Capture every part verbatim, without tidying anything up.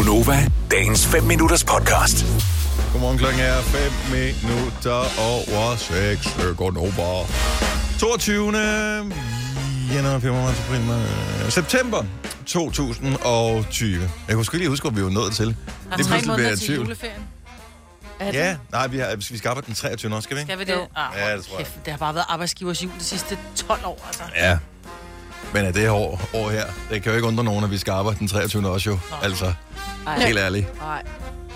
Gunova, dagens fem minutters podcast. Godmorgen, klokken er fem minutter over seks. Gunova. toogtyvende januar, september to tusind og tyve. Jeg kunne sgu lige huske, hvor vi var nået til. Der er tre måneder til juleferien. Ja, nej, vi, har, vi skal arbejde den treogtyvende også, skal vi ikke? Skal vi det? Ah, ja, det tror jeg. Kæft, det har bare været arbejdsgivers jul de sidste tolv år, altså. Ja. Men er det her år, år her, det kan jo ikke undre nogen, at vi skal arbejde den treogtyvende også jo. Nå. Altså, Ej. helt ærligt. Nej. Jeg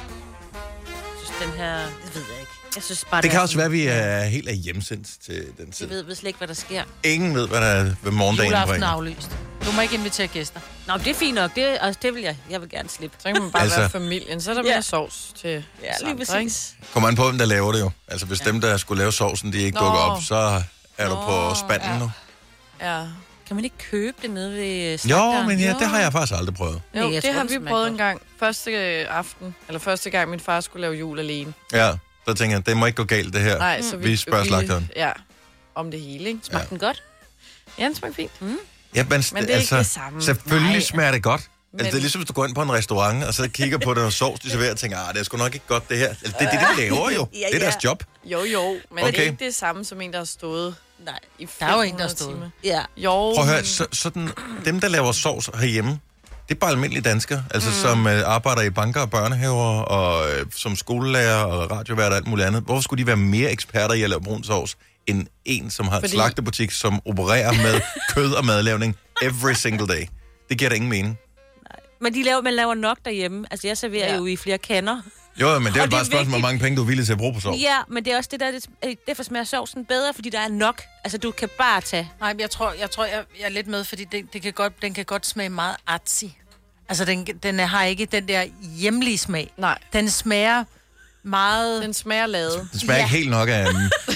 synes, den her... Det ved jeg ikke. Jeg synes bare, det, det kan også være, at vi er helt af hjemsendt til den tid. Jeg ved vist ikke, hvad der sker. Ingen ved, hvad der er ved morgendagen. Juleaften er aflyst. Du må ikke invitere gæster. Nå, det er fint nok. Det, altså, det vil jeg. Jeg vil gerne slippe. Så kan man bare altså, være familien. Så er der ja. mere sovs til ja, lige præcis. Kommer an på, hvem der laver det jo. Altså, hvis ja. dem, der skulle lave sovsen, de ikke Nå. dukker op, så er du Nå, på spanden ja. nu. Ja. Kan man ikke købe det nede ved slagteren? Jo, men ja, det har jeg faktisk aldrig prøvet. Jo, Nej, det tror, har vi prøvet en gang. Første aften, eller første gang, min far skulle lave jul alene. Ja, så tænker jeg, det må ikke gå galt, det her. Nej, så vi, vi spørger slagteren. Ja, om det hele, ikke? Smagte ja. den godt? Ja, den smagte fint. Mm. Ja, men, men det er altså, ikke det samme. Selvfølgelig Nej. smager det godt. Men... Altså, det er ligesom, hvis du går ind på en restaurant, og så kigger på den sovs, de serverer, og tænker, ah, det er sgu nok ikke godt, det her. Altså, det er det, de laver jo. ja, ja. Det er deres job. Jo, jo, men okay. det er ikke det samme som en, der har stået Nej, i der er jo en, der har stået. Ja. Jo, Prøv at høre, så, sådan, dem, der laver sovs herhjemme, det er bare almindelige danskere, altså mm. som øh, arbejder i banker og børnehaver, og øh, som skolelærer og radiovært og alt muligt andet. Hvorfor skulle de være mere eksperter i at lave brun sovs, end en, som har Fordi... en slagterbutik, som opererer med kød og madlavning every single day? Det giver da ingen mening. Nej. Men de laver, man laver nok derhjemme. Altså, jeg serverer ja. jo i flere kander. Jo, men det er jo bare et spørgsmål, hvor mange penge du er villig til at bruge på sovs. Ja, men det er også det der, det, derfor smager sovsen bedre, fordi der er nok. Altså, du kan bare tage. Nej, men jeg tror, jeg, tror, jeg, jeg er lidt med, fordi det, det kan godt, den kan godt smage meget artsy. Altså, den, den har ikke den der hjemlige smag. Nej. Den smager meget... Den smager lavet. Den smager ja. ikke helt nok af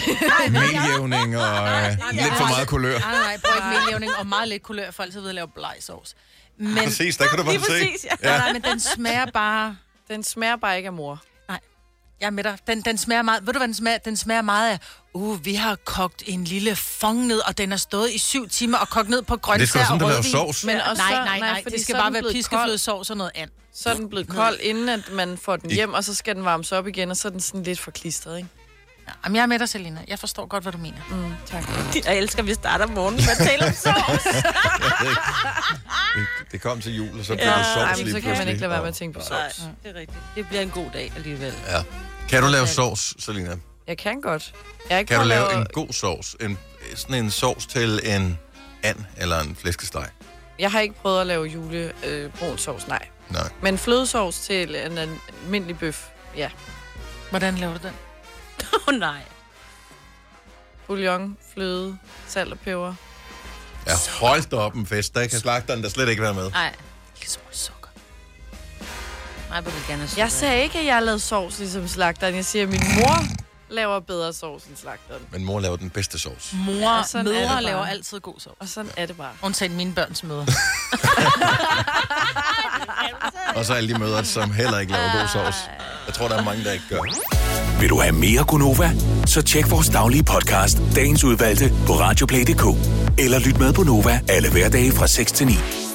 meljævning og øh, lidt for meget kulør. Nej, nej, prøv ikke meljævning og meget lidt kulør, for altid ved at lave blegsovs. Men... Præcis, der kan du bare se. Præcis, ja. Ja. Nej, men den smager bare... Den smager bare ikke af mor. Nej, jeg er med dig. Den, den smager meget... Ved du, hvad den smager? Den smager meget af... Uh, vi har kogt en lille fong ned, og den har stået i syv timer og kogt ned på grøntsager og rødvin. Det skal sådan, der laver sovs. Men også, nej, nej, nej. Det skal bare være piskeflødesovs og noget andet. Så er den blevet kold, inden at man får den hjem, og så skal den varmes op igen, og så er den sådan lidt forklistret, ikke? Ja, jamen, jeg er med dig, Selina. Jeg forstår godt, hvad du mener. Mm, tak. Jeg elsker, at vi starter morgenen med at tale om sovs. det, det kom til jul, og så bliver ja, det sovs lige pludselig. Så kan man ikke lade være med at tænke på sovs. Nej, det er rigtigt. Det bliver en god dag alligevel. Ja. Kan du lave sovs, Selina? Jeg kan godt. Jeg kan du lave lave en god sovs? En, sådan en sovs til en and eller en flæskesteg? Jeg har ikke prøvet at lave jule øh, brun sovs, nej. Nej. Men flødesovs til en almindelig bøf, ja. Hvordan laver du den? Åh, oh, nej. Bouillon, fløde, salt og peber. Ja, hold da op en fest. Der kan slagteren der slet ikke være med. Nej, ikke så meget sukker. Nej, vil gerne have Jeg sagde ikke, at jeg lavede sovs ligesom slagteren. Jeg siger, at min mor laver bedre sovs end slagteren. Men mor laver den bedste sovs. Mor, ja, mødre laver altid god sovs. Og sådan er det bare. Undtagen mine børns mødre. Og så alle de mødre, som heller ikke laver god sovs. Jeg tror, der er mange, der ikke gør. Vil du have mere Gunova? Så tjek vores daglige podcast, dagens udvalgte, på radioplay punktum d k. Eller lyt med på Nova alle hverdage fra seks til ni.